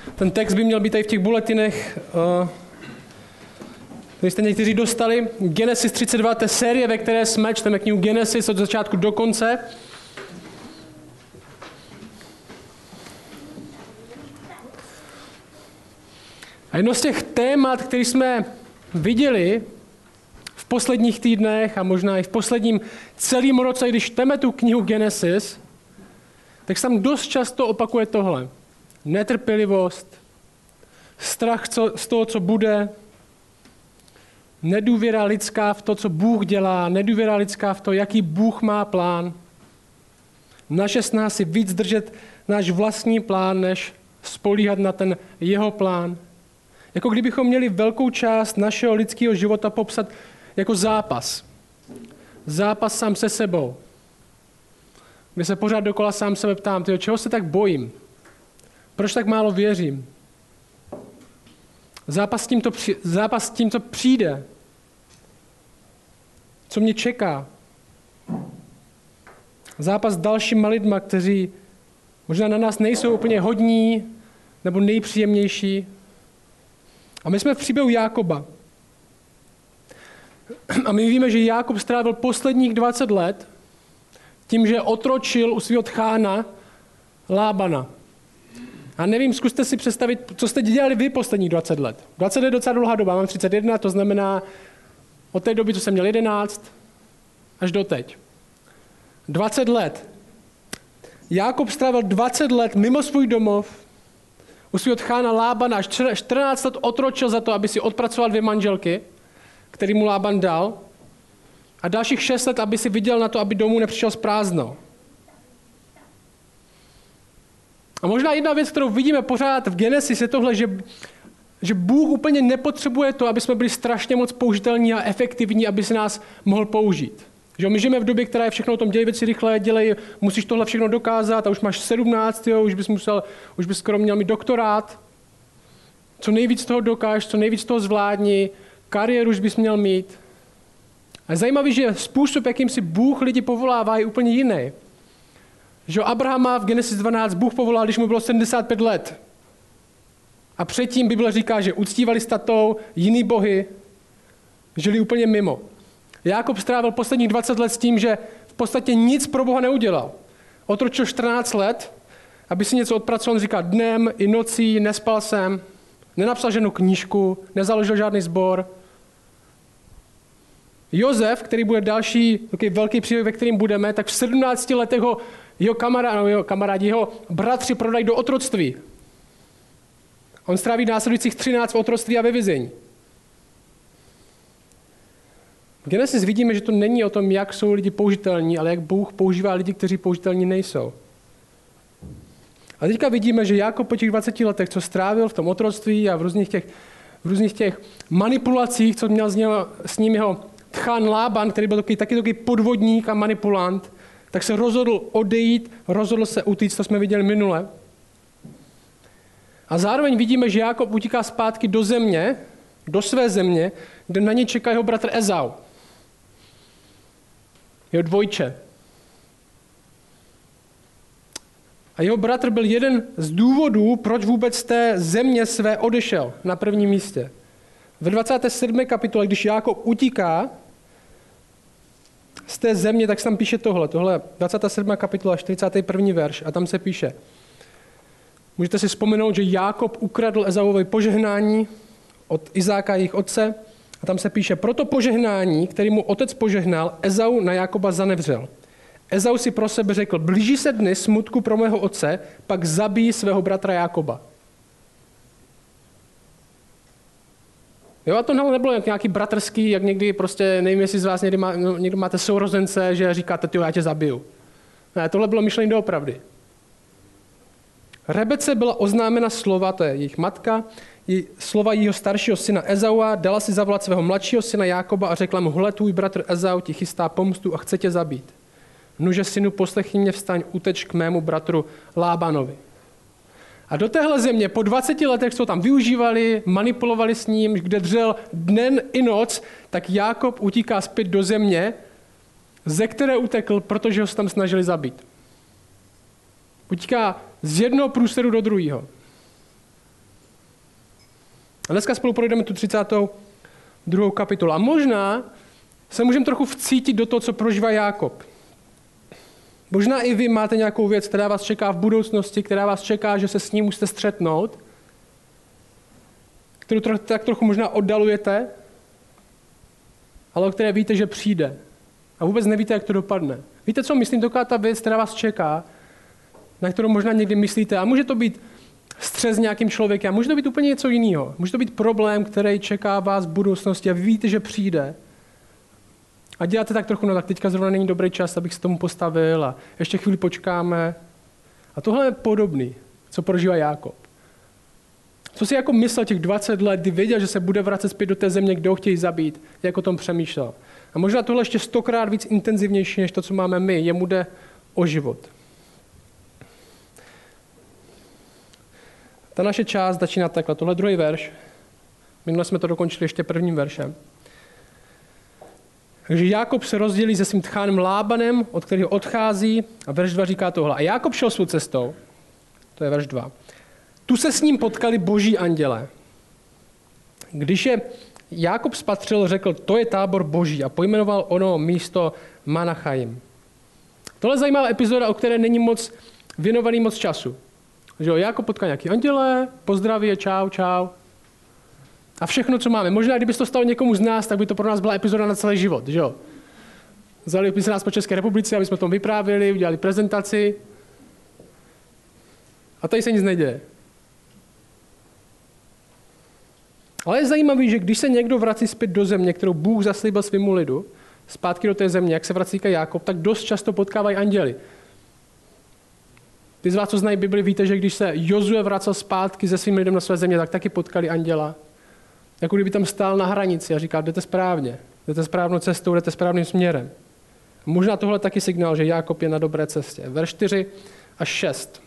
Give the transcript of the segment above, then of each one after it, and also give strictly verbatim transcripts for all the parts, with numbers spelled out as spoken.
Ten text by měl být tady v těch bulletinech, který jste někteří dostali. Genesis třicet dva, to je série, ve které jsme, čteme knihu Genesis od začátku do konce. A jedno z těch témat, které jsme viděli v posledních týdnech a možná i v posledním celém roce, když čteme tu knihu Genesis, tak se tam dost často opakuje tohle. Netrpělivost, strach co, z toho, co bude, nedůvěra lidská v to, co Bůh dělá, nedůvěra lidská v to, jaký Bůh má plán. Naše snaha si víc držet náš vlastní plán, než spolíhat na ten jeho plán. Jako kdybychom měli velkou část našeho lidského života popsat jako zápas. Zápas sám se sebou. Kde se pořád dokola sám sebe ptám, tyjo, čeho se tak bojím? Proč tak málo věřím? Zápas s tím, to, zápas s tím, co přijde. Co mě čeká. Zápas s dalšíma lidma, kteří možná na nás nejsou úplně hodní nebo nejpříjemnější. A my jsme v příběhu Jákoba. A my víme, že Jákob strávil posledních dvacet let tím, že otročil u svého tchána Lábana. A nevím, zkuste si představit, co jste dělali vy posledních dvacet let. dvacet let je docela dlouhá doba, mám třicet jedna, to znamená od té doby, co jsem měl jedenáct, až do teď. dvacet let. Jákob strávil dvacet let mimo svůj domov, u svého tchána Lábana, až čtrnáct let otročil za to, aby si odpracoval dvě manželky, který mu Lában dal, a dalších šest let, aby si viděl na to, aby domů nepřišel s prázdnou. A možná jedna věc, kterou vidíme pořád v Genesis, je tohle, že, že Bůh úplně nepotřebuje to, aby jsme byli strašně moc použitelní a efektivní, aby se nás mohl použít. Že my žijeme v době, která je všechno o tom, dělej věci rychle, dělej, musíš tohle všechno dokázat a už máš sedmnáct, jo, už bys musel, už bys skoro měl mít doktorát. Co nejvíc toho dokáž, co nejvíc toho zvládni, kariéru už bys měl mít. A je zajímavý, že způsob, jakým si Bůh lidi povolává, je úplně jiný. Že Abrahama v Genesis dvanáct Bůh povolal, když mu bylo sedmdesát pět let. A předtím Bible říká, že uctívali s tatou jiný bohy, žili úplně mimo. Jákob strávil posledních dvacet let s tím, že v podstatě nic pro Boha neudělal. Otročil čtrnáct let, aby si něco odpracoval, on říká dnem i nocí, nespal jsem, nenapsal žádnou knížku, nezaložil žádný sbor. Josef, který bude další takový velký příběh, ve kterým budeme, tak v sedmnácti letech ho jeho, kamarád, no, jeho kamarádi, jeho bratři prodají do otroctví. On stráví následujících třináct v otroctví a ve vězení. V Genesis vidíme, že to není o tom, jak jsou lidi použitelní, ale jak Bůh používá lidi, kteří použitelní nejsou. A teďka vidíme, že Jákob po těch dvaceti letech, co strávil v tom otroctví a v různých těch, v různých těch manipulacích, co měl z něho, s ním jeho tchán Lában, který byl taky, taky takový podvodník a manipulant, tak se rozhodl odejít, rozhodl se utíct, to jsme viděli minule. A zároveň vidíme, že Jákob utíká zpátky do země, do své země, kde na něj čeká jeho bratr Ezau. Jeho dvojče. A jeho bratr byl jeden z důvodů, proč vůbec z té země své odešel na prvním místě. Ve dvacáté sedmé kapitole, když Jákob utíká z té země, tak se tam píše tohle. Tohle je dvacátá sedmá kapitola, čtyřicátý první verš a tam se píše. Můžete si vzpomenout, že Jákob ukradl Ezauovi požehnání od Izáka, jejich otce, a tam se píše, proto požehnání, který mu otec požehnal, Ezau na Jákoba zanevřel. Ezau si pro sebe řekl, blíží se dny smutku pro mého otce, pak zabíjí svého bratra Jákoba. Jo, a to nebylo nějaký bratrský, jak někdy prostě, nevím, jestli z vás někdy, má, no, někdy máte sourozence, že říkáte, tyjo, já tě zabiju. Ne, tohle bylo myšlení doopravdy. Rebece byla oznámena slova, to je jejich matka, slova jejího staršího syna Ezaua, dala si zavolat svého mladšího syna Jákoba a řekla mu, hle, tvůj bratr Ezau ti chystá pomstu a chce tě zabít. Nuže, synu, poslechni mě, vstaň, uteč k mému bratru Lábanovi. A do téhle země po dvaceti letech, co tam využívali, manipulovali s ním, kde dřel den i noc, tak Jákob utíká zpět do země, ze které utekl, protože ho se tam snažili zabít. Utíká z jednoho průseru do druhého. A dneska spolu projdeme tu třicátou druhou kapitolu. A možná se můžeme trochu vcítit do toho, co prožívá Jákob. Možná i vy máte nějakou věc, která vás čeká v budoucnosti, která vás čeká, že se s ním musíte střetnout, kterou tro, tak trochu možná oddalujete, ale o které víte, že přijde. A vůbec nevíte, jak to dopadne. Víte, co myslím? Taková ta věc, která vás čeká, na kterou možná někdy myslíte. A může to být střes s nějakým člověkem, může to být úplně něco jiného. Může to být problém, který čeká vás v budoucnosti a vy víte, že přijde. A děláte tak trochu, no tak teďka zrovna není dobrý čas, abych se tomu postavil a ještě chvíli počkáme. A tohle je podobný, co prožívá Jákob. Co si jako myslel těch dvacet let, kdy věděl, že se bude vracet zpět do té země, kde ho chtějí zabít, jak o tom přemýšlel. A možná tohle ještě stokrát víc intenzivnější, než to, co máme my. Jemu jde o život. Ta naše část začíná takhle. Tohle druhý verš. Minule jsme to dokončili ještě prvním veršem. Takže Jákob se rozdělí se svým tchánem Lábanem, od kterého odchází, a verš dva říká tohle. A Jákob šel svou cestou, to je verš dva. Tu se s ním potkali boží andělé. Když je Jákob spatřil, řekl, to je tábor boží, a pojmenoval ono místo Manachaim. Tohle je zajímavá epizoda, o které není moc věnovaný moc času. Že jo, Jákob potká nějaký andělé, pozdraví je, čau, čau. A všechno, co máme. Možná, kdyby to stalo někomu z nás, tak by to pro nás byla epizoda na celý život, že jo. Vzali by se nás po České republice, aby jsme o tom vyprávěli, udělali prezentaci. A tady se nic neděje. Ale je zajímavý, že když se někdo vrací zpět do země, kterou Bůh zaslíbil svému lidu, zpátky do té země, jak se vrací Jákob, tak dost často potkávají anděli. Ty z vás, co znají Bibli, víte, že když se Jozue vracel zpátky se svým lidem na své země, tak taky potkali anděla. Jako kdyby tam stál na hranici a říkal, jdete správně, jdete správnou cestou, jdete správným směrem. Možná tohle je taky signál, že Jákob je na dobré cestě. Verš čtyři až šest.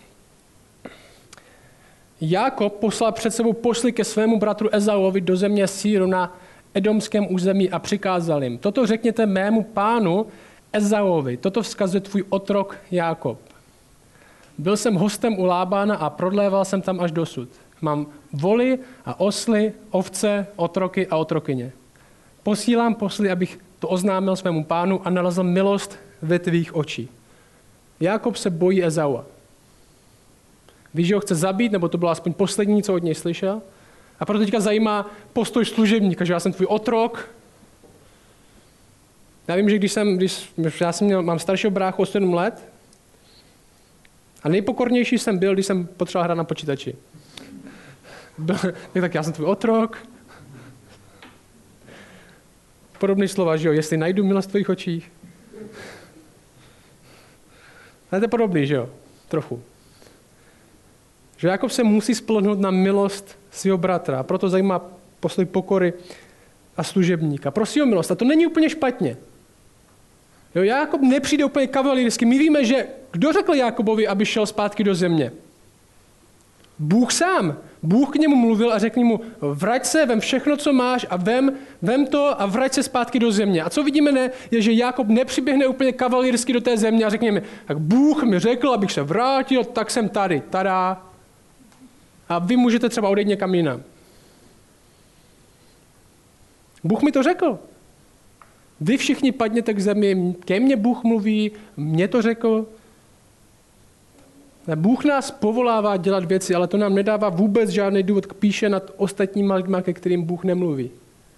Jákob poslal před sebou pošly ke svému bratru Ezauovi do země Síru na edomském území a přikázal jim. Toto řekněte mému pánu Ezauovi, toto vzkazuje tvůj otrok Jákob. Byl jsem hostem u Lábána a prodléval jsem tam až dosud. Mám voly a osly, ovce, otroky a otrokyně. Posílám posly, abych to oznámil svému pánu a nalezl milost ve tvých očích. Jákob se bojí Ezaua. Víš, že ho chce zabít, nebo to bylo aspoň poslední, co od něj slyšel? A proto teďka zajímá postoj služebníka, že já jsem tvůj otrok. Já vím, že když jsem, když já jsem měl, mám staršího bráchu o sedm let a nejpokornější jsem byl, když jsem potřeboval hrát na počítači. Tak já jsem tvůj otrok. Podobné slova, že jo, jestli najdu milost v tvých očích. Ale to je podobný, že jo, trochu. Že Jákob se musí spolehnout na milost svého bratra. A proto zajímá postoj pokory a služebníka. Prosí o milost. A to není úplně špatně. Jo, Jákob nepřijde úplně kavalírsky. My víme, že kdo řekl Jákobovi, aby šel zpátky do země? Bůh sám. Bůh k němu mluvil a řekl mu, vrať se, vem všechno, co máš a vem, vem to a vrať se zpátky do země. A co vidíme, ne, je, že Jákob nepřiběhne úplně kavalírsky do té země a řekne mi, tak Bůh mi řekl, abych se vrátil, tak jsem tady, tada. A vy můžete třeba odejít někam jinam. Bůh mi to řekl. Vy všichni padněte k zemi, ke mně Bůh mluví, mě to řekl. Bůh nás povolává dělat věci, ale to nám nedává vůbec žádný důvod k píše nad ostatníma lidma, ke kterým Bůh nemluví.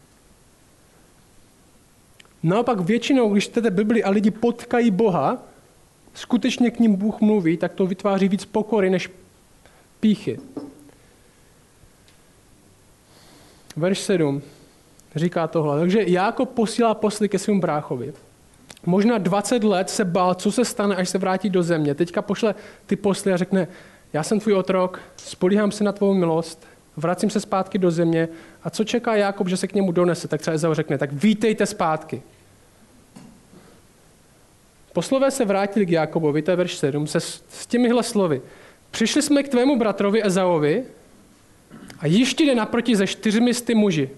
Naopak většinou, když čtete Bibli a lidi potkají Boha, skutečně k ním Bůh mluví, tak to vytváří víc pokory než pýchy. Verš sedm říká tohle. Takže Jákob posílá posly ke svému bráchovi. Možná dvacet let se bál, co se stane, až se vrátí do země. Teďka pošle ty posly a řekne, já jsem tvůj otrok, spolíhám se na tvou milost, vracím se zpátky do země. A co čeká Jákob, že se k němu donese? Tak třeba Ezau řekne, tak vítejte zpátky. Poslové se vrátili k Jákobovi, to je verš sedm, se s těmihle slovy. Přišli jsme k tvému bratrovi Ezauovi a již ti jde naproti ze čtyřmi sty muži.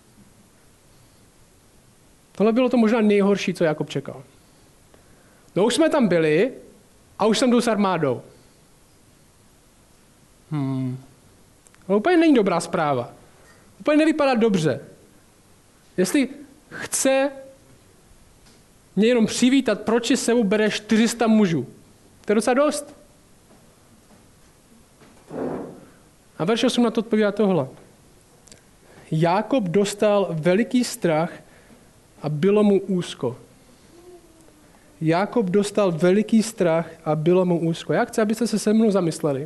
Tohle bylo to možná nejhorší, co Jákob čekal. No už jsme tam byli a už jsem jdu s armádou. Hmm. Ale úplně není dobrá zpráva. Úplně nevypadá dobře. Jestli chce mě jenom přivítat, proč si sebou bere čtyři sta mužů? To je docela dost. A verš osm na to odpovídá tohle. Jákob dostal veliký strach a bylo mu úzko. Jákob dostal veliký strach a bylo mu úzko. Já chci, abyste se se mnou zamysleli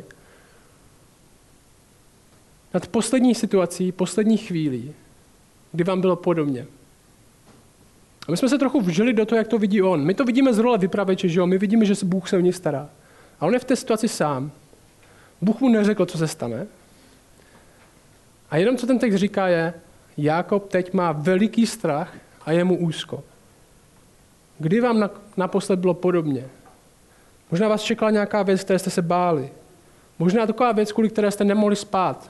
nad poslední situací, poslední chvílí, kdy vám bylo podobně. A my jsme se trochu vžili do toho, jak to vidí on. My to vidíme z role vypravěče, že jo? My vidíme, že se Bůh se o ně stará. A on je v té situaci sám. Bůh mu neřekl, co se stane. A jenom, co ten text říká, je, Jákob teď má veliký strach a je mu úzko. Kdy vám naposled bylo podobně? Možná vás čekala nějaká věc, které jste se báli. Možná taková věc, kvůli které jste nemohli spát.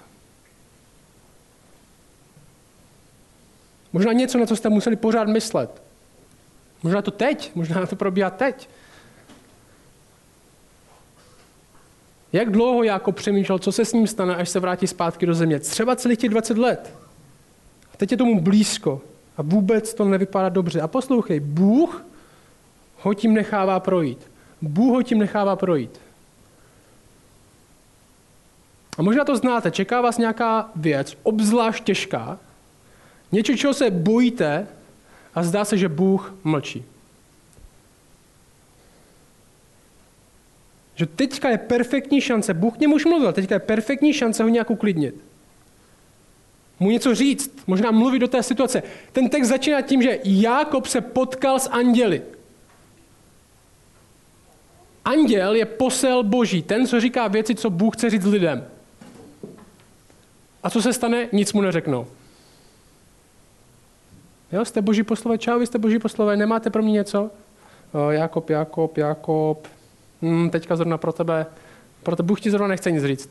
Možná něco, na co jste museli pořád myslet. Možná to teď, možná to probíhá teď. Jak dlouho Jákob přemýšlel, co se s ním stane, až se vrátí zpátky do země? Třeba celých těch dvacet let. A teď je tomu blízko. A vůbec to nevypadá dobře. A poslouchej, Bůh ho tím nechává projít. Bůh ho tím nechává projít. A možná to znáte, čeká vás nějaká věc, obzvlášť těžká, něco, čeho se bojíte a zdá se, že Bůh mlčí. Že teďka je perfektní šance, Bůh k němu už mluvil, teďka je perfektní šance ho nějak uklidnit. Mu něco říct, možná mluvit do té situace. Ten text začíná tím, že Jákob se potkal s anděli. Anděl je posel Boží, ten, co říká věci, co Bůh chce říct lidem. A co se stane? Nic mu neřeknou. Jo, jste Boží poslové, čau, vy jste Boží poslové, nemáte pro mě něco? O, Jákob, Jákob, Jákob, hmm, teďka zrovna pro tebe, proto Bůh ti zrovna nechce nic říct.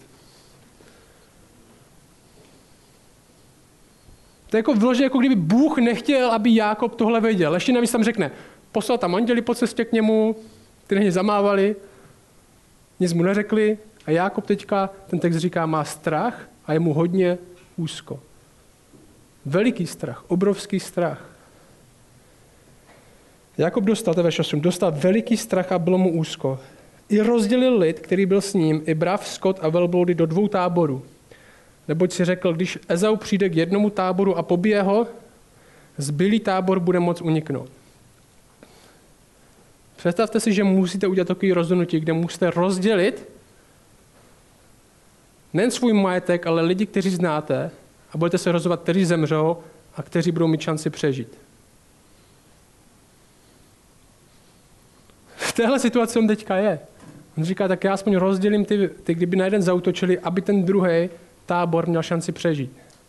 To je jako vložně, jako kdyby Bůh nechtěl, aby Jákob tohle věděl. Ještě navíc tam řekne, poslal tam anděli po cestě k němu, ty na ně zamávali, nic mu neřekli a Jákob teďka, ten text říká, má strach a je mu hodně úzko. Veliký strach, obrovský strach. Jákob dostal, to je verš osm, dostal veliký strach a bylo mu úzko. I rozdělil lid, který byl s ním, i brav, skot a velbloudy do dvou táborů. Neboť si řekl, když Ezau přijde k jednomu táboru a pobije ho, zbylý tábor bude moct uniknout. Představte si, že musíte udělat takový rozhodnutí, kde musíte rozdělit nejen svůj majetek, ale lidi, kteří znáte, a budete se rozhodovat, kteří zemřou a kteří budou mít šanci přežít. V téhle situaci on teďka je. On říká, tak já aspoň rozdělím ty, ty kdyby na jeden zaútočili, aby ten druhý tábor měl šanci přežít.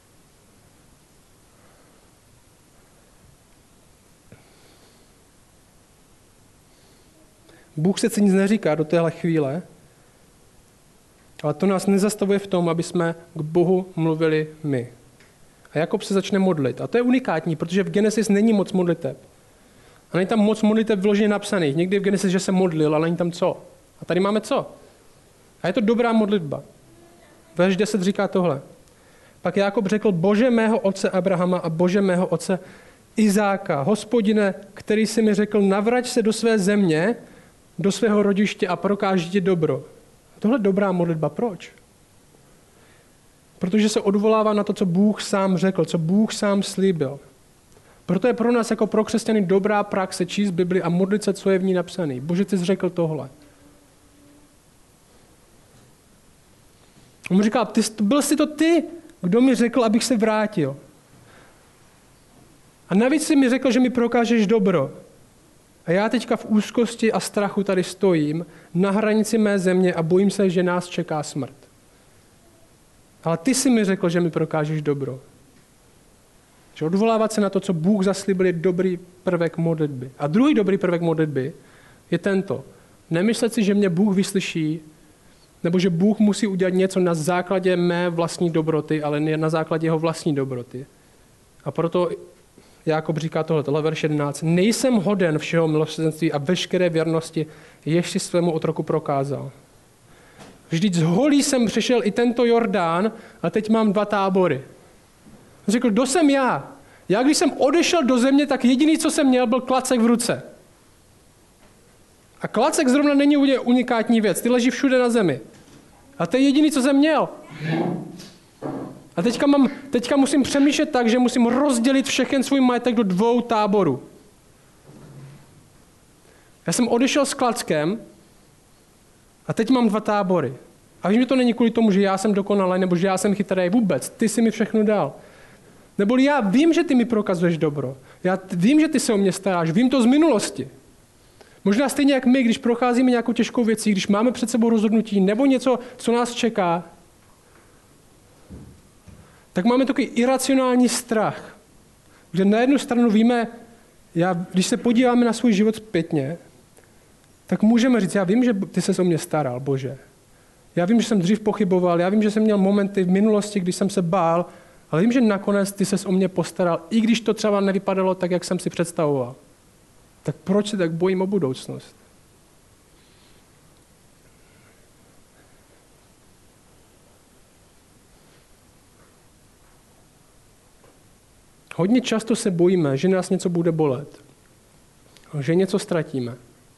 Bůh se nic neříká do téhle chvíle, ale to nás nezastavuje v tom, aby jsme k Bohu mluvili my. A Jakob se začne modlit. A to je unikátní, protože v Genesis není moc modliteb. A není tam moc modliteb vloženě napsaných. Někdy v Genesis, že se modlil, ale není tam co. A tady máme co. A je to dobrá modlitba. Verš deset říká tohle. Pak Jákob řekl, Bože mého otce Abrahama a Bože mého otce Izáka, Hospodine, který si mi řekl, navrať se do své země, do svého rodiště a prokáž ti dobro. A tohle je dobrá modlitba. Proč? Protože se odvolává na to, co Bůh sám řekl, co Bůh sám slíbil. Proto je pro nás jako pro křesťany dobrá praxe číst Bibli a modlit se, co je v ní napsaný. Bože, ty jsi řekl tohle. On mu říká, ty, byl jsi to ty, kdo mi řekl, abych se vrátil. A navíc si mi řekl, že mi prokážeš dobro. A já teďka v úzkosti a strachu tady stojím na hranici mé země a bojím se, že nás čeká smrt. Ale ty jsi mi řekl, že mi prokážeš dobro. Že odvolávat se na to, co Bůh zaslíbil, je dobrý prvek modlitby. A druhý dobrý prvek modlitby je tento. Nemyslet si, že mě Bůh vyslyší, nebo že Bůh musí udělat něco na základě mé vlastní dobroty, ale ne na základě jeho vlastní dobroty. A proto Jákob říká tohle, tohle verš jedenáct. Nejsem hoden všeho milosrdenství a veškeré věrnosti, jež si svému otroku prokázal. Vždyť z holí jsem přešel i tento Jordán a teď mám dva tábory. On řekl, kdo jsem já? Já, když jsem odešel do země, tak jediný, co jsem měl, byl klacek v ruce. A klacek zrovna není unikátní věc, ty leží všude na zemi. A to je jediný, co jsem měl. A teďka, mám, teďka musím přemýšlet tak, že musím rozdělit všechen svůj majetek do dvou táborů. Já jsem odešel s klackem a teď mám dva tábory. A vím, že to není kvůli tomu, že já jsem dokonalý nebo že já jsem chytrý vůbec. Ty jsi mi všechno dal. Neboli já vím, že ty mi prokazuješ dobro. Já vím, že ty se o mě staráš. Vím to z minulosti. Možná stejně jak my, když procházíme nějakou těžkou věcí, když máme před sebou rozhodnutí nebo něco, co nás čeká, tak máme takový iracionální strach, kde na jednu stranu víme, já, když se podíváme na svůj život zpětně, tak můžeme říct, já vím, že ty se o mě staral, Bože. Já vím, že jsem dřív pochyboval, já vím, že jsem měl momenty v minulosti, když jsem se bál, ale vím, že nakonec ty se o mě postaral, i když to třeba nevypadalo tak, jak jsem si představoval. Tak proč se tak bojím o budoucnost? Hodně často se bojíme, že nás něco bude bolet, že něco ztratíme.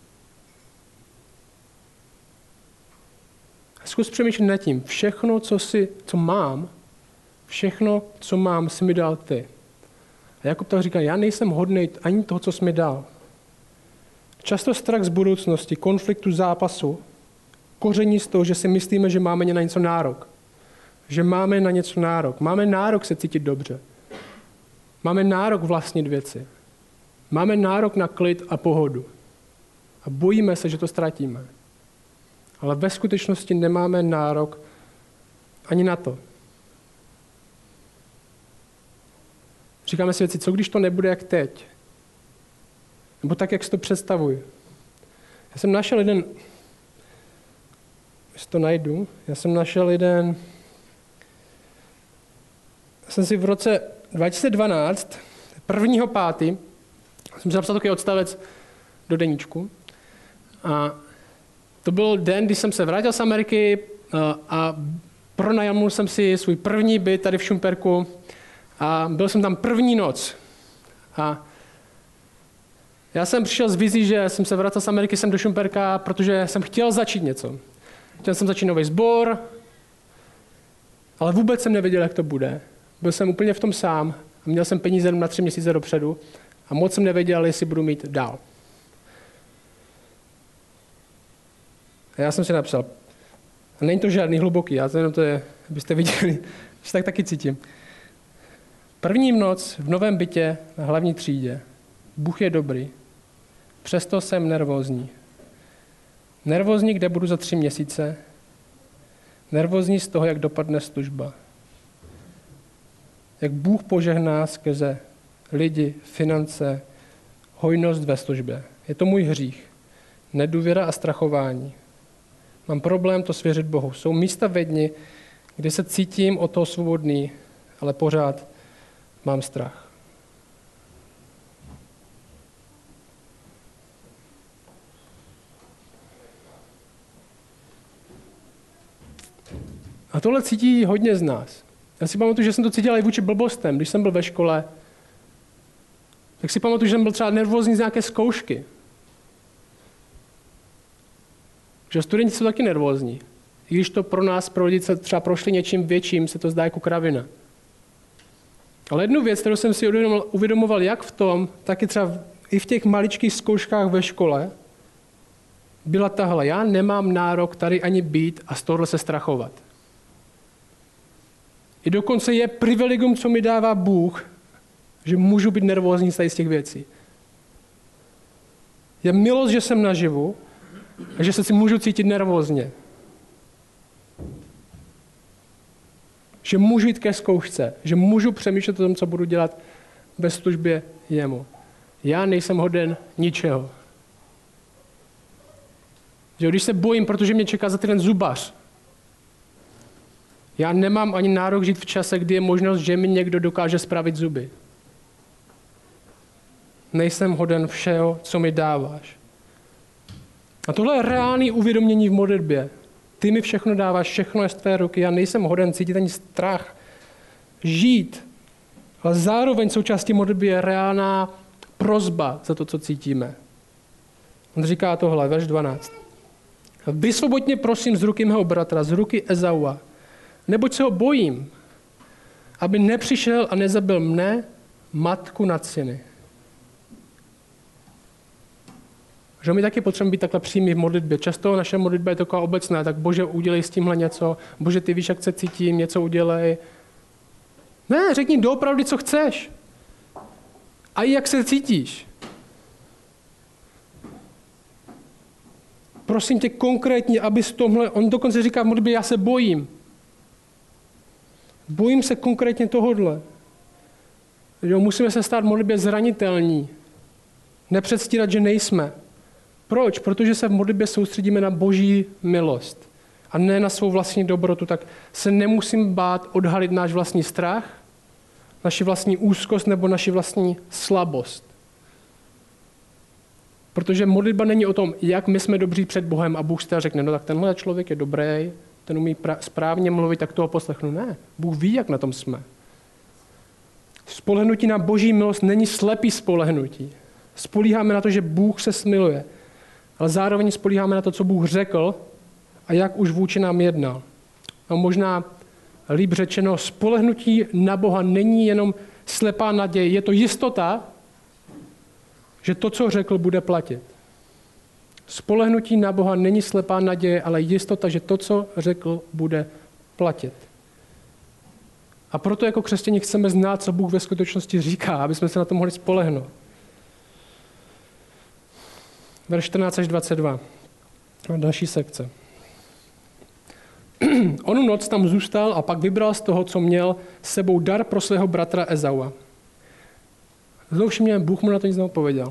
Zkus přemýšlet nad tím, všechno, co, si, co mám, všechno, co mám, jsi mi dal ty. A Jakub tak říká, já nejsem hodnej ani toho, co jsi mi dal. Často strach z budoucnosti, konfliktu, zápasu, koření z toho, že si myslíme, že máme na něco nárok. Že máme na něco nárok. Máme nárok se cítit dobře. Máme nárok vlastnit věci. Máme nárok na klid a pohodu. A bojíme se, že to ztratíme. Ale ve skutečnosti nemáme nárok ani na to. Říkáme si věci, co když to nebude jak teď? Nebo tak, jak si to představuji. Já jsem našel jeden, jestli to najdu, já jsem našel jeden, já jsem si v roce dva tisíce dvanáct, prvního pátý, jsem si zapsal takový odstavec do deníčku. A to byl den, kdy jsem se vrátil z Ameriky a, a pronajal jsem si svůj první byt tady v Šumperku a byl jsem tam první noc. A já jsem přišel z vizí, že jsem se vracel z Ameriky sem do Šumperka, protože jsem chtěl začít něco. Chtěl jsem začít nový sbor, ale vůbec jsem nevěděl, jak to bude. Byl jsem úplně v tom sám a měl jsem peníze na tři měsíce dopředu a moc jsem nevěděl, jestli budu mít dál. A já jsem si napsal, a není to žádný hluboký, já to jenom to je, abyste viděli, že tak taky cítím. První noc v novém bytě na hlavní třídě. Bůh je dobrý, přesto jsem nervózní. Nervózní, kde budu za tři měsíce. Nervózní z toho, jak dopadne služba. Jak Bůh požehná skrze lidi, finance, hojnost ve službě. Je to můj hřích. Nedůvěra a strachování. Mám problém to svěřit Bohu. Jsou místa ve dni, kdy se cítím o toho svobodný, ale pořád mám strach. A tohle cítí hodně z nás. Já si pamatuju, že jsem to cítil i vůči blbostem. Když jsem byl ve škole, tak si pamatuju, že jsem byl třeba nervózní z nějaké zkoušky. Že studenti jsou taky nervózní. I když to pro nás, pro lidi, třeba prošli něčím větším, se to zdá jako kravina. Ale jednu věc, kterou jsem si uvědomoval, uvědomoval jak v tom, tak i třeba i v těch maličkých zkouškách ve škole, byla tahle. Já nemám nárok tady ani být a z tohohle se strachovat. I dokonce je privilegium, co mi dává Bůh, že můžu být nervózní z těch věcí. Je milost, že jsem naživu a že se si můžu cítit nervózně. Že můžu jít ke zkoušce, že můžu přemýšlet o tom, co budu dělat ve službě jemu. Já nejsem hoden ničeho. Že když se bojím, protože mě čeká za týden zubař, já nemám ani nárok žít v čase, kdy je možnost, že mi někdo dokáže spravit zuby. Nejsem hoden všeho, co mi dáváš. A tohle je reálný uvědomění v modlitbě. Ty mi všechno dáváš, všechno je z tvé ruky, já nejsem hoden cítit ani strach. Žít Ale zároveň součástí modlitby je reálná prosba za to, co cítíme. On říká tohle, verš dvanáct. Vysvoboď mě prosím z ruky mého bratra, z ruky Ezaua, neboť se ho bojím, aby nepřišel a nezabil mne, matku nad syny. Že my taky potřebujeme být takhle přímý v modlitbě. Často naše modlitba je taková obecná, tak Bože, udělej s tímhle něco, Bože, ty víš, jak se cítím, něco udělej. Ne, řekni doopravdy, co chceš. A i jak se cítíš. Prosím tě konkrétně, abys tomhle, on dokonce říká v modlitbě, já se bojím. Bojím se konkrétně tohodle. Jo, musíme se stát v modlitbě zranitelní. Nepředstírat, že nejsme. Proč? Protože se v modlitbě soustředíme na Boží milost a ne na svou vlastní dobrotu, tak se nemusím bát odhalit náš vlastní strach, naši vlastní úzkost nebo naši vlastní slabost. Protože modlitba není o tom, jak my jsme dobří před Bohem a Bůh si teda řekne, no tak tenhle člověk je dobrý, ten umí pra- správně mluvit, tak toho poslechnu. Ne, Bůh ví, jak na tom jsme. Spolehnutí na Boží milost není slepý spolehnutí. Spolíháme na to, že Bůh se smiluje, ale zároveň spolíháme na to, co Bůh řekl a jak už vůči nám jednal. A možná líp řečeno, spolehnutí na Boha není jenom slepá naděje, je to jistota, že to, co řekl, bude platit. Spolehnutí na Boha není slepá naděje, ale jistota, že to, co řekl, bude platit. A proto jako křesťané chceme znát, co Bůh ve skutečnosti říká, aby jsme se na to mohli spolehnout. Verš čtrnáct až dvacet dva. Další sekce. Onu noc tam zůstal a pak vybral z toho, co měl, s sebou dar pro svého bratra Ezaua. Znovu všimně, Bůh mu na to nic neodpověděl.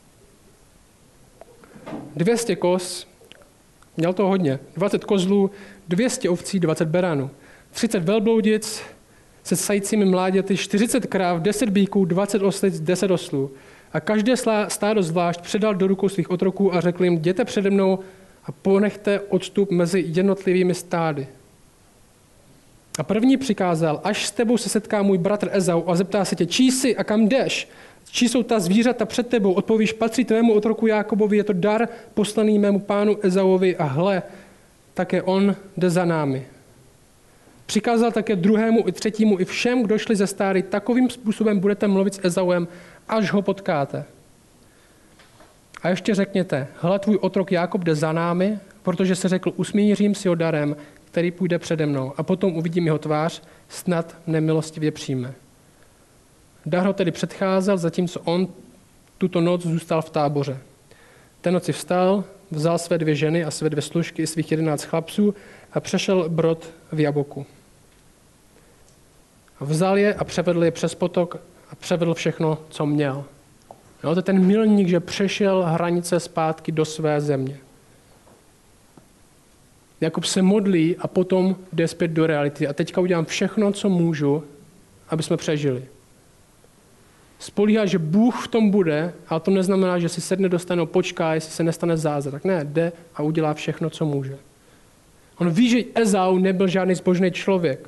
dvě stě koz, měl to hodně, dvacet kozlů, dvě stě ovcí, dvacet beránů, třicet velbloudic se sajícími mláďaty, čtyřicet kráv, deset býků, dvacet oslic, deset oslů. A každé stádo zvlášť předal do rukou svých otroků a řekl jim, jděte přede mnou a ponechte odstup mezi jednotlivými stády. A první přikázal, až s tebou se setká můj bratr Ezau a zeptá se tě, čí jsi a kam jdeš? Čí jsou ta zvířata před tebou? Odpovíš, patří tvému otroku Jákobovi, je to dar poslaný mému pánu Ezauovi a hle, také on jde za námi. Přikázal také druhému i třetímu i všem, kdo šli ze stády, takovým způsobem budete mluvit s Ezauem, až ho potkáte. A ještě řekněte, hle, tvůj otrok Jákob jde za námi, protože se řekl, usmířím si ho darem, který půjde přede mnou a potom uvidím jeho tvář, snad nemilostivě přijme. Dar ho tedy předcházel, zatímco on tuto noc zůstal v táboře. Té noci vstal, vzal své dvě ženy a své dvě služky i svých jedenáct chlapců a přešel brod v Jaboku. A vzal je a převedl je přes potok a převedl všechno, co měl. No, to je ten milník, že přešel hranice zpátky do své země. Jakub se modlí a potom jde zpět do reality. A teďka udělám všechno, co můžu, aby jsme přežili. Spolíhá, že Bůh v tom bude, ale to neznamená, že si sedne do stanu, počká, jestli se nestane zázrak. Ne, jde a udělá všechno, co může. On ví, že Ezau nebyl žádný zbožný člověk.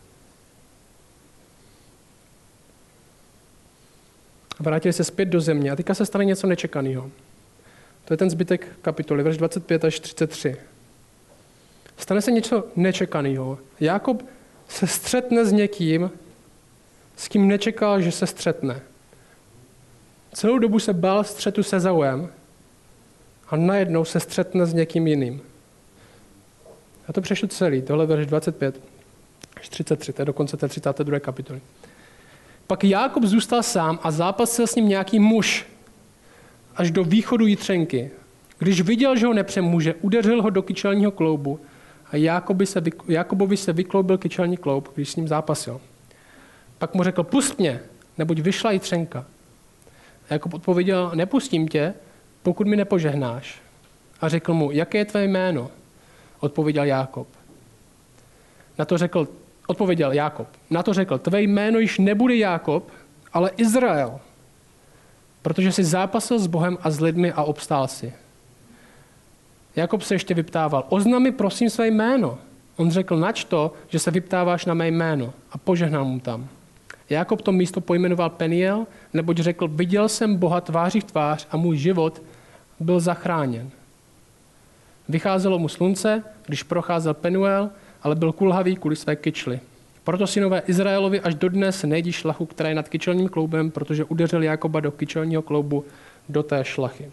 Vrátili se zpět do země a teďka se stane něco nečekaného. To je ten zbytek kapitoly, verš dvacet pět až třicet tři. Stane se něco nečekaného. Jákob se střetne s někým, s kým nečekal, že se střetne. Celou dobu se bál střetu se Ezauem a najednou se střetne s někým jiným. Já to přešlu celý, tohle verš dvacet pět až třicet tři, to je dokonce té třicáté druhé kapitoly. Pak Jákob zůstal sám a zápasil s ním nějaký muž až do východu Jitřenky. Když viděl, že ho nepřemůže, udeřil ho do kyčelního kloubu a Jákobovi se, Jákobovi se vykloubil kyčelní kloub, když s ním zápasil. Pak mu řekl, pust mě, neboť vyšla Jitřenka. A Jákob odpověděl, nepustím tě, pokud mi nepožehnáš. A řekl mu, jaké je tvé jméno? Odpověděl Jákob. Na to řekl, odpověděl Jákob. Na to řekl, tvé jméno již nebude Jákob, ale Izrael, protože jsi zápasil s Bohem a s lidmi a obstál si. Jákob se ještě vyptával, oznam mi prosím své jméno. On řekl, nač to, že se vyptáváš na mé jméno a požehnal mu tam. Jákob to místo pojmenoval Peniel, neboť řekl, viděl jsem Boha tváří v tvář a můj život byl zachráněn. Vycházelo mu slunce, když procházel Penuel, ale byl kulhavý kvůli své kyčli. Proto synové Izraelovi až dodnes nejdí šlachu, která je nad kyčelním kloubem, protože udeřil Jákoba do kyčelního kloubu do té šlachy.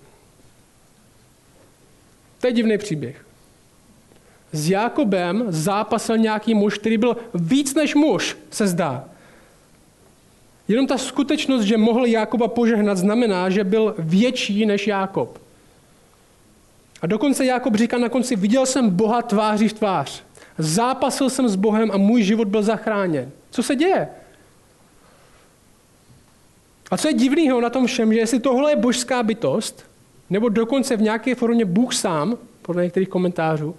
To je divný příběh. S Jákobem zápasil nějaký muž, který byl víc než muž, se zdá. Jenom ta skutečnost, že mohl Jákoba požehnat, znamená, že byl větší než Jákob. A dokonce Jákob říká na konci, viděl jsem Boha tváří v tvář. Zápasil jsem s Bohem a můj život byl zachráněn. Co se děje? A co je divného na tom všem, že jestli tohle je božská bytost, nebo dokonce v nějaké formě Bůh sám, podle některých komentářů,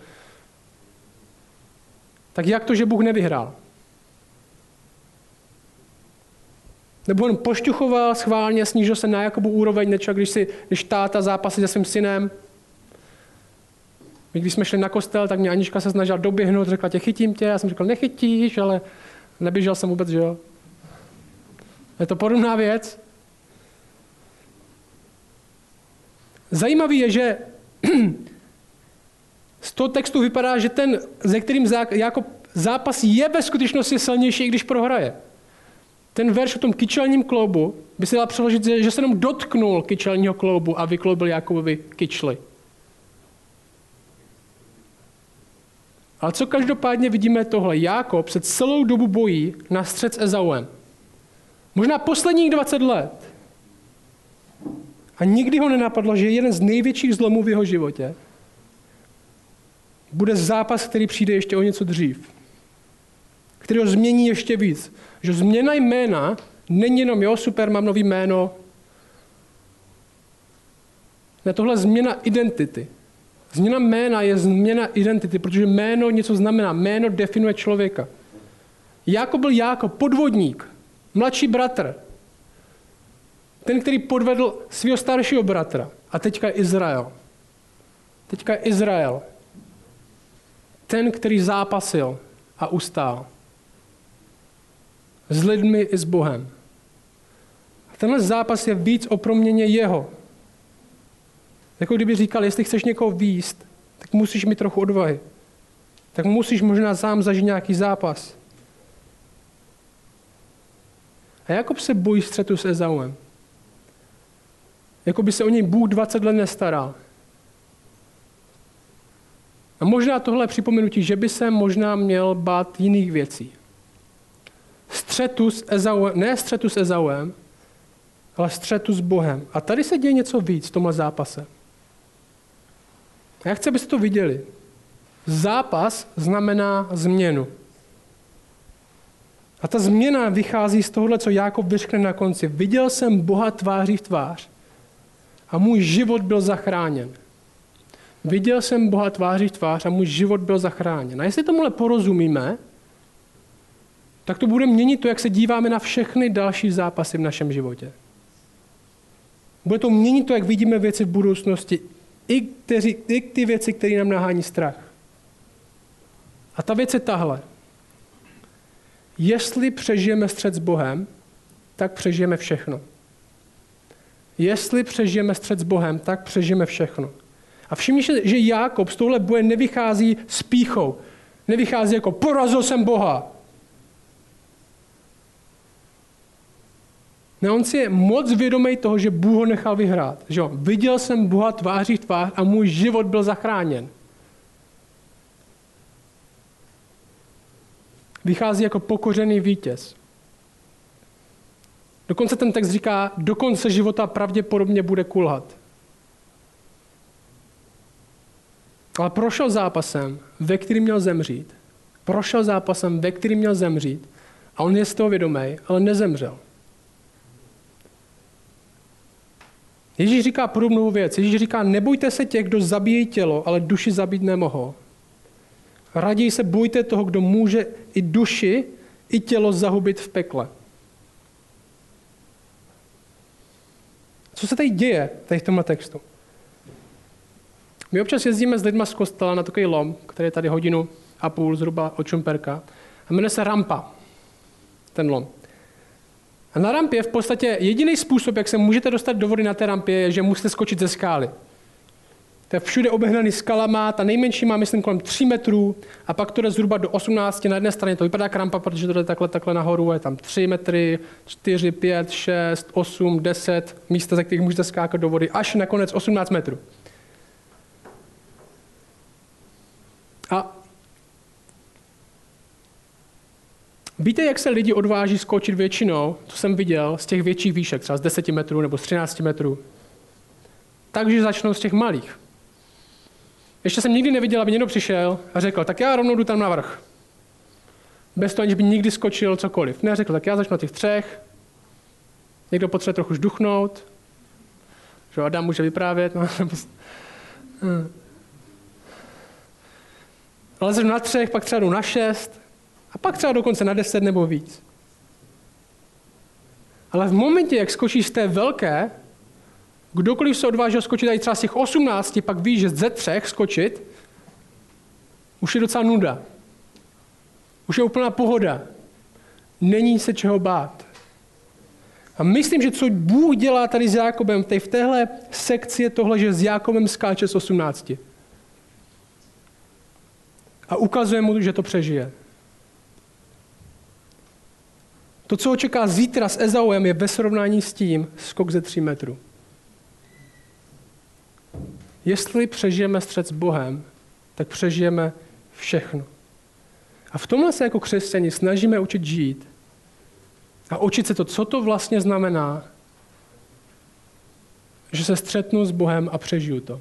tak jak to, že Bůh nevyhrál? Nebo on pošťuchoval schválně, snížil se na Jakobu úroveň, nečak, když, si, když táta zápasí se svým synem. My, když jsme šli na kostel, tak mě Anička se snažila doběhnout, řekla tě, chytím tě. Já jsem říkal, nechytíš, ale neběžel jsem vůbec, že jo. Je to podobná věc. Zajímavý je, že z toho textu vypadá, že ten, ze kterým Jákob zápasí, je ve skutečnosti silnější, i když prohraje. Ten verš o tom kyčelním kloubu by se dal přeložit, že se jenom dotknul kyčelního kloubu a vykloubil Jákobovi kyčli. Ale co každopádně vidíme tohle? Jákob se celou dobu bojí na střet s Ezauem. Možná posledních dvacet let. A nikdy ho nenapadlo, že jeden z největších zlomů v jeho životě bude zápas, který přijde ještě o něco dřív. Který ho změní ještě víc. Že změna jména není jenom, jo, super, mám nový jméno. Ne, tohle změna identity. Změna jména je změna identity, protože jméno něco znamená. Jméno definuje člověka. Jákob byl Jákob, podvodník, mladší bratr. Ten, který podvedl svého staršího bratra. A teďka je Izrael. Teďka je Izrael. Ten, který zápasil a ustál. S lidmi i s Bohem. A tenhle zápas je víc o proměně jeho. Jako kdyby říkal, jestli chceš někoho výst, tak musíš mít trochu odvahy. Tak musíš možná sám zažít nějaký zápas. A Jakob se bojí střetu s Ezauem. Jako by se o něj Bůh dvacet let nestaral. A možná tohle připomenutí, že by se možná měl bát jiných věcí. Střetu s Ezauem, ne střetu s Ezauem, ale střetu s Bohem. A tady se děje něco víc v tomhle zápase. A já chci, abyste to viděli. Zápas znamená změnu. A ta změna vychází z tohohle, co Jákob vyřkne na konci. Viděl jsem Boha tváří v tvář a můj život byl zachráněn. Viděl jsem Boha tváří v tvář a můj život byl zachráněn. A jestli tomuhle porozumíme, tak to bude měnit to, jak se díváme na všechny další zápasy v našem životě. Bude to měnit to, jak vidíme věci v budoucnosti, i, kteří, i ty věci, které nám nahání strach. A ta věc je tahle. Jestli přežijeme střet s Bohem, tak přežijeme všechno. Jestli přežijeme střet s Bohem, tak přežijeme všechno. A všimni si, že Jákob z tohle boje nevychází s pýchou. Nevychází jako porazil jsem Boha. Ne, on si je moc vědomý toho, že Bůh ho nechal vyhrát. Že jo? Viděl jsem Boha tváří v tvář a můj život byl zachráněn. Vychází jako pokořený vítěz. Dokonce ten text říká, do konce života pravděpodobně bude kulhat. Ale prošel zápasem, ve kterým měl zemřít. Prošel zápasem, ve kterým měl zemřít. A on je z toho vědomý, ale nezemřel. Ježíš říká podobnou věc. Ježíš říká, nebojte se těch, kdo zabíjí tělo, ale duši zabít nemohou. Raději se bojte toho, kdo může i duši, i tělo zahubit v pekle. Co se tady děje tady v tomhle textu? My občas jezdíme s lidma z kostela na takový lom, který je tady hodinu a půl zhruba od Šumperka. A jmenuje se Rampa, ten lom. A na rampě v podstatě jediný způsob, jak se můžete dostat do vody na té rampě, je, že musíte skočit ze skály. To je všude obehnaný skalama, ta nejmenší má, myslím, kolem tří metrů a pak to jde zhruba do osmnácti. Na jedné straně to vypadá jak rampa, protože to jde takhle, takhle nahoru, je tam tři metry, čtyři, pět, šest, osm, deset místa, ze kterých můžete skákat do vody, až nakonec osmnáct metrů. A víte, jak se lidi odváží skočit většinou, co jsem viděl, z těch větších výšek, třeba z deseti metrů nebo z třinácti metrů? Takže začnou z těch malých. Ještě jsem nikdy neviděl, aby někdo přišel a řekl, tak já rovnou jdu tam na vrch. Bez toho, aniž by nikdy skočil cokoliv. Ne, řekl, tak já začnu na těch třech. Někdo potřebuje trochu žduchnout. Že Adam může vyprávět. No. Ale začnu na třech, pak třeba jdu na šest a pak třeba dokonce na deset nebo víc. Ale v momentě, jak skočíš z té velké, kdokoliv se odvážil skočit tady třeba z těch osmnácti, pak víš, že ze třech skočit, už je docela nuda. Už je úplná pohoda. Není se čeho bát. A myslím, že co Bůh dělá tady s Jákobem, tady v téhle sekci je tohle, že s Jákobem skáče z osmnácti. A ukazuje mu, že to přežije. To, co ho čeká zítra s Ezauem, je ve srovnání s tím skok ze tří metrů. Jestli přežijeme střet s Bohem, tak přežijeme všechno. A v tomhle se jako křesťani snažíme učit žít a učit se to, co to vlastně znamená, že se střetnu s Bohem a přežiju to.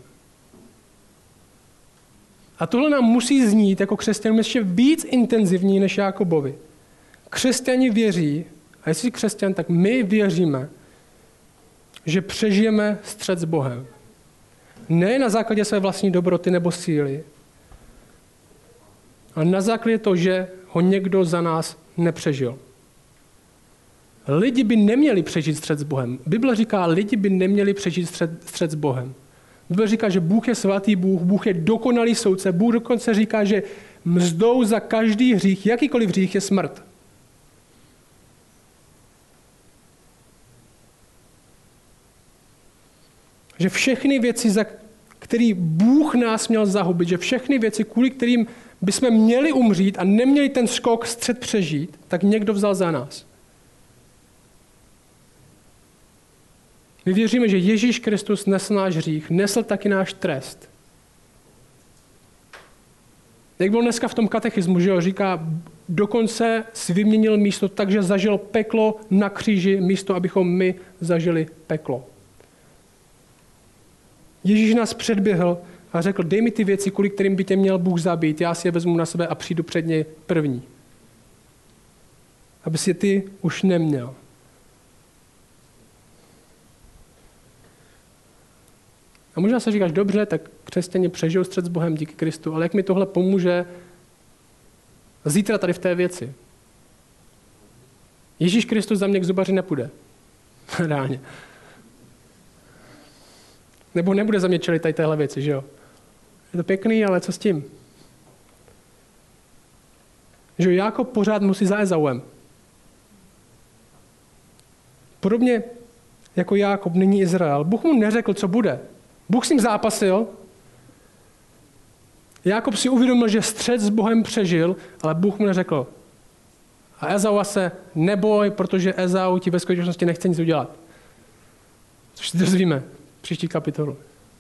A tohle nám musí znít jako křesťanům ještě víc intenzivní než Jákobovi. Křesťani věří, a jestli jsi křesťan, tak my věříme, že přežijeme střet s Bohem. Ne na základě své vlastní dobroty nebo síly, ale na základě toho, že ho někdo za nás nepřežil. Lidi by neměli přežít střet s Bohem. Bible říká, lidi by neměli přežít střet, střet s Bohem. Bible říká, že Bůh je svatý Bůh, Bůh je dokonalý soudce. Bůh dokonce říká, že mzdou za každý hřích, jakýkoliv hřích, je smrt. Že všechny věci, za který Bůh nás měl zahubit, že všechny věci, kvůli kterým bychom měli umřít a neměli ten skok střet přežít, tak někdo vzal za nás. My věříme, že Ježíš Kristus nesl náš hřích, nesl taky náš trest. Jak bylo dneska v tom katechismu, že jo, říká, dokonce si vyměnil místo tak, že zažil peklo na kříži, místo, abychom my zažili peklo. Ježíš nás předběhl a řekl, dej mi ty věci, kvůli kterým by tě měl Bůh zabít, já si je vezmu na sebe a přijdu před něj první. Aby si je ty už neměl. A možná se říkáš, dobře, tak křesťané přežijou střet s Bohem díky Kristu, ale jak mi tohle pomůže zítra tady v té věci? Ježíš Kristus za mě k zubaři nepůjde. Reálně. Nebo nebude za mě čelit tady téhle věci, že jo? Je to pěkný, ale co s tím? Že Jákob pořád musí za Ezauem. Podobně jako Jákob není Izrael. Bůh mu neřekl, co bude. Bůh s ním zápasil. Jákob si uvědomil, že střet s Bohem přežil, ale Bůh mu neřekl. A Ezaua se neboj, protože Ezau ti ve skutečnosti nechce nic udělat. Což si dozvíme příští kapitolu.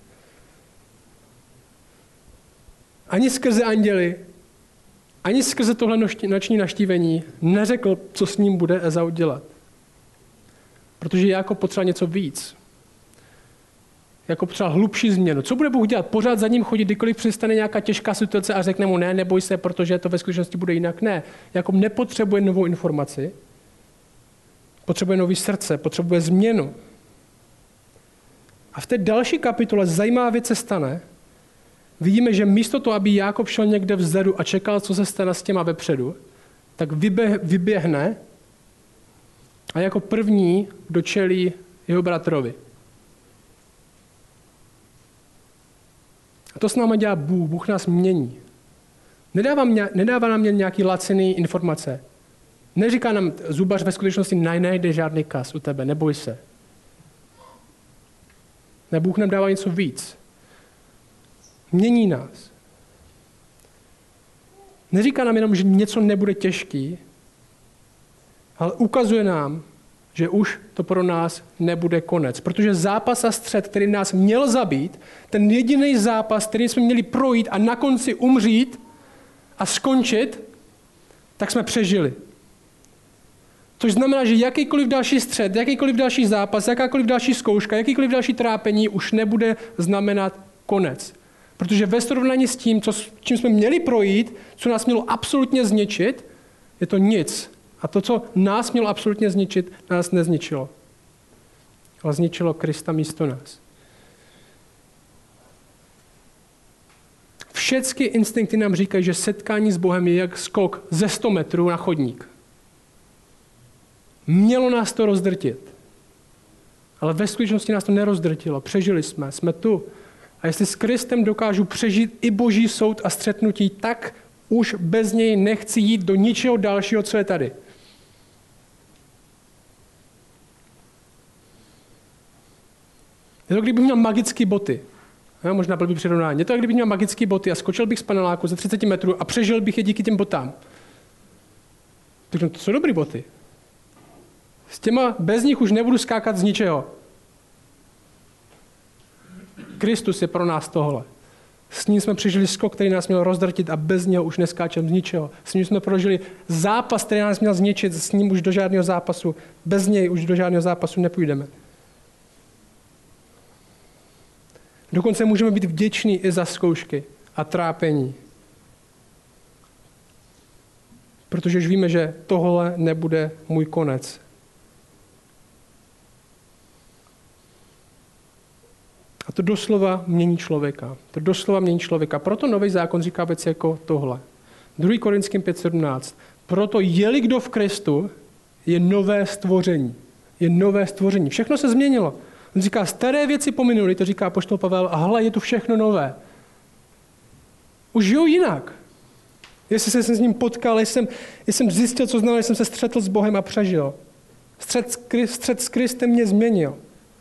Ani skrze anděli, ani skrze tohle noční naštívení neřekl, co s ním bude Ezau dělat. Protože Jákob potřeboval něco víc. Jako potřeboval hlubší změnu. Co bude Bůh dělat? Pořád za ním chodit, kdykoliv přistane nějaká těžká situace a řekne mu, ne, neboj se, protože to ve skutečnosti bude jinak. Ne. Jákob nepotřebuje novou informaci. Potřebuje nový srdce, potřebuje změnu. A v té další kapitole zajímavá věc se stane. Vidíme, že místo toho, aby Jákob šel někde vzadu a čekal, co se stane s těma vepředu, tak vyběhne a jako první dočelí jeho bratrovi. A to s náma dělá Bůh. Bůh nás mění. Nedává, mě, nedává nám nějaký laciný informace. Neříká nám zubař ve skutečnosti, najde žádný kas u tebe, neboj se. Ne, Bůh nám dává něco víc. Mění nás. Neříká nám jenom, že něco nebude těžký, ale ukazuje nám, že už to pro nás nebude konec. Protože zápas a střet, který nás měl zabít, ten jediný zápas, který jsme měli projít a na konci umřít a skončit, tak jsme přežili. Což znamená, že jakýkoliv další střet, jakýkoliv další zápas, jakákoliv další zkouška, jakýkoliv další trápení už nebude znamenat konec. Protože ve srovnání s tím, co, čím jsme měli projít, co nás mělo absolutně zničit, je to nic. A to, co nás mělo absolutně zničit, nás nezničilo. Ale zničilo Krista místo nás. Všechny instinkty nám říkají, že setkání s Bohem je jak skok ze sto metrů na chodník. Mělo nás to rozdrtit. Ale ve skutečnosti nás to nerozdrtilo. Přežili jsme, jsme tu. A jestli s Kristem dokážu přežít i Boží soud a střetnutí, tak už bez něj nechci jít do ničeho dalšího, co je tady. Je to, kdybych měl magické boty. Já, možná blbý přirovnání. Je to, kdybych měl magické boty a skočil bych z paneláku ze třicet metrů a přežil bych je díky těm botám. Tak to jsou dobrý boty. S těma, bez nich už nebudu skákat z ničeho. Kristus je pro nás tohle. S ním jsme přežili skok, který nás měl rozdrtit a bez něho už neskáčeme z ničeho. S ním jsme prožili zápas, který nás měl zničit, s ním už do žádného zápasu, bez něj už do žádného zápasu nepůjdeme. Dokonce můžeme být vděční i za zkoušky a trápení. Protože už víme, že tohle nebude můj konec. A to doslova mění člověka. To doslova mění člověka. Proto Nový zákon říká věci jako tohle. druhý Korinským pět sedmnáct. Proto je-li kdo v Kristu, je nové stvoření. Je nové stvoření. Všechno se změnilo. On říká, staré věci pominuly, to říká apoštol Pavel, a hle, je tu všechno nové. Už žijou jinak. Jestli jsem se s ním potkal, jestli jsem, jestli jsem zjistil, co znamená, že jsem se střetl s Bohem a přežil. Střet, střet s Kristem mě změnil.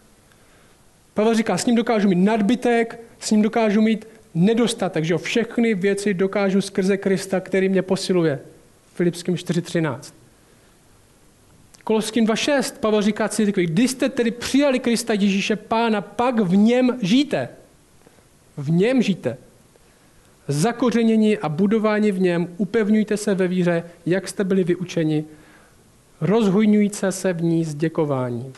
Pavel říká, s ním dokážu mít nadbytek, s ním dokážu mít nedostatek, že jo, všechny věci dokážu skrze Krista, který mě posiluje. Filipským čtyři třináct. Koloským dva šest. Pavel říká církvi, když jste tedy přijali Krista Ježíše Pána, pak v něm žijte. V něm žijte. Zakořenění a budování v něm, upevňujte se ve víře, jak jste byli vyučeni, rozhojňujte se v ní s děkováním.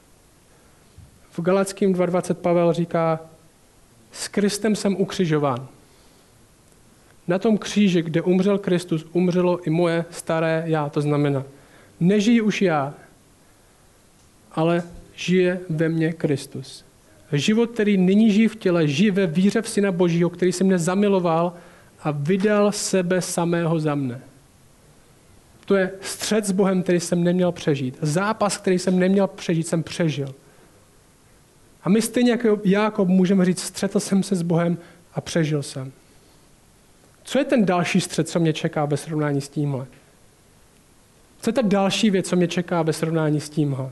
V Galackým dva dvacet Pavel říká, s Kristem jsem ukřižován. Na tom kříži, kde umřel Kristus, umřelo i moje staré já, to znamená, nežiji už já, ale žije ve mně Kristus. Život, který nyní žijí v těle, žije ve víře v Syna Božího, který se mne zamiloval a vydal sebe samého za mne. To je střet s Bohem, který jsem neměl přežít. Zápas, který jsem neměl přežít, jsem přežil. A my stejně jako Jákob můžeme říct, střetl jsem se s Bohem a přežil jsem. Co je ten další střet, co mě čeká ve srovnání s tímhle? Co je ta další věc, co mě čeká ve srovnání s tímhle?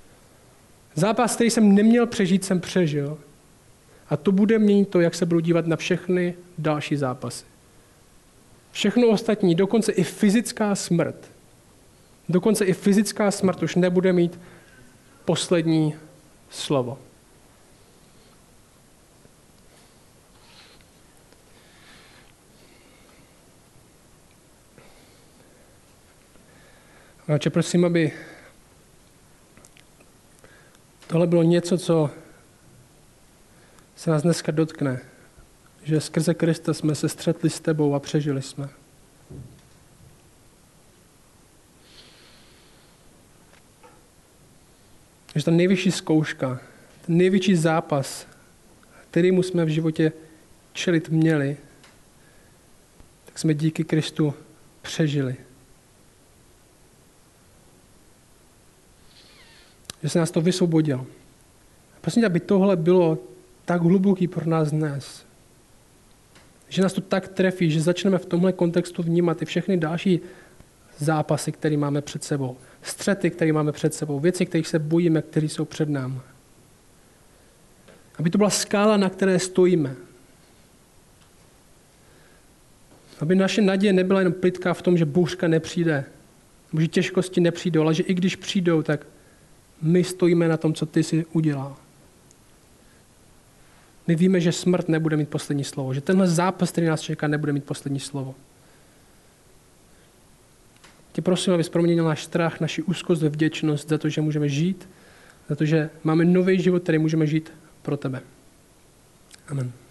Zápas, který jsem neměl přežít, jsem přežil. A to bude měnit to, jak se budu dívat na všechny další zápasy. Všechno ostatní, dokonce i fyzická smrt. Dokonce i fyzická smrt už nebude mít poslední slovo. Takže prosím, aby tohle bylo něco, co se nás dneska dotkne. Že skrze Krista jsme se střetli s tebou a přežili jsme. Že ta nejvyšší zkouška, ten největší zápas, kterýmu jsme v životě čelit měli, tak jsme díky Kristu přežili. Že se nás to vysvobodil. Prosím tě, aby tohle bylo tak hluboký pro nás dnes. Že nás to tak trefí, že začneme v tomhle kontextu vnímat i všechny další zápasy, které máme před sebou, střety, které máme před sebou, věci, kterých se bojíme, které jsou před námi. Aby to byla skála, na které stojíme. Aby naše naděje nebyla jen plytká v tom, že bouřka nepřijde, nebo že těžkosti nepřijdou, ale že i když přijdou, tak my stojíme na tom, co ty jsi udělal. My víme, že smrt nebude mít poslední slovo, že tenhle zápas, který nás čeká, nebude mít poslední slovo. Tě prosím, abys proměnil náš strach, naši úzkost ve vděčnost za to, že můžeme žít, za to, že máme nový život, který můžeme žít pro tebe. Amen.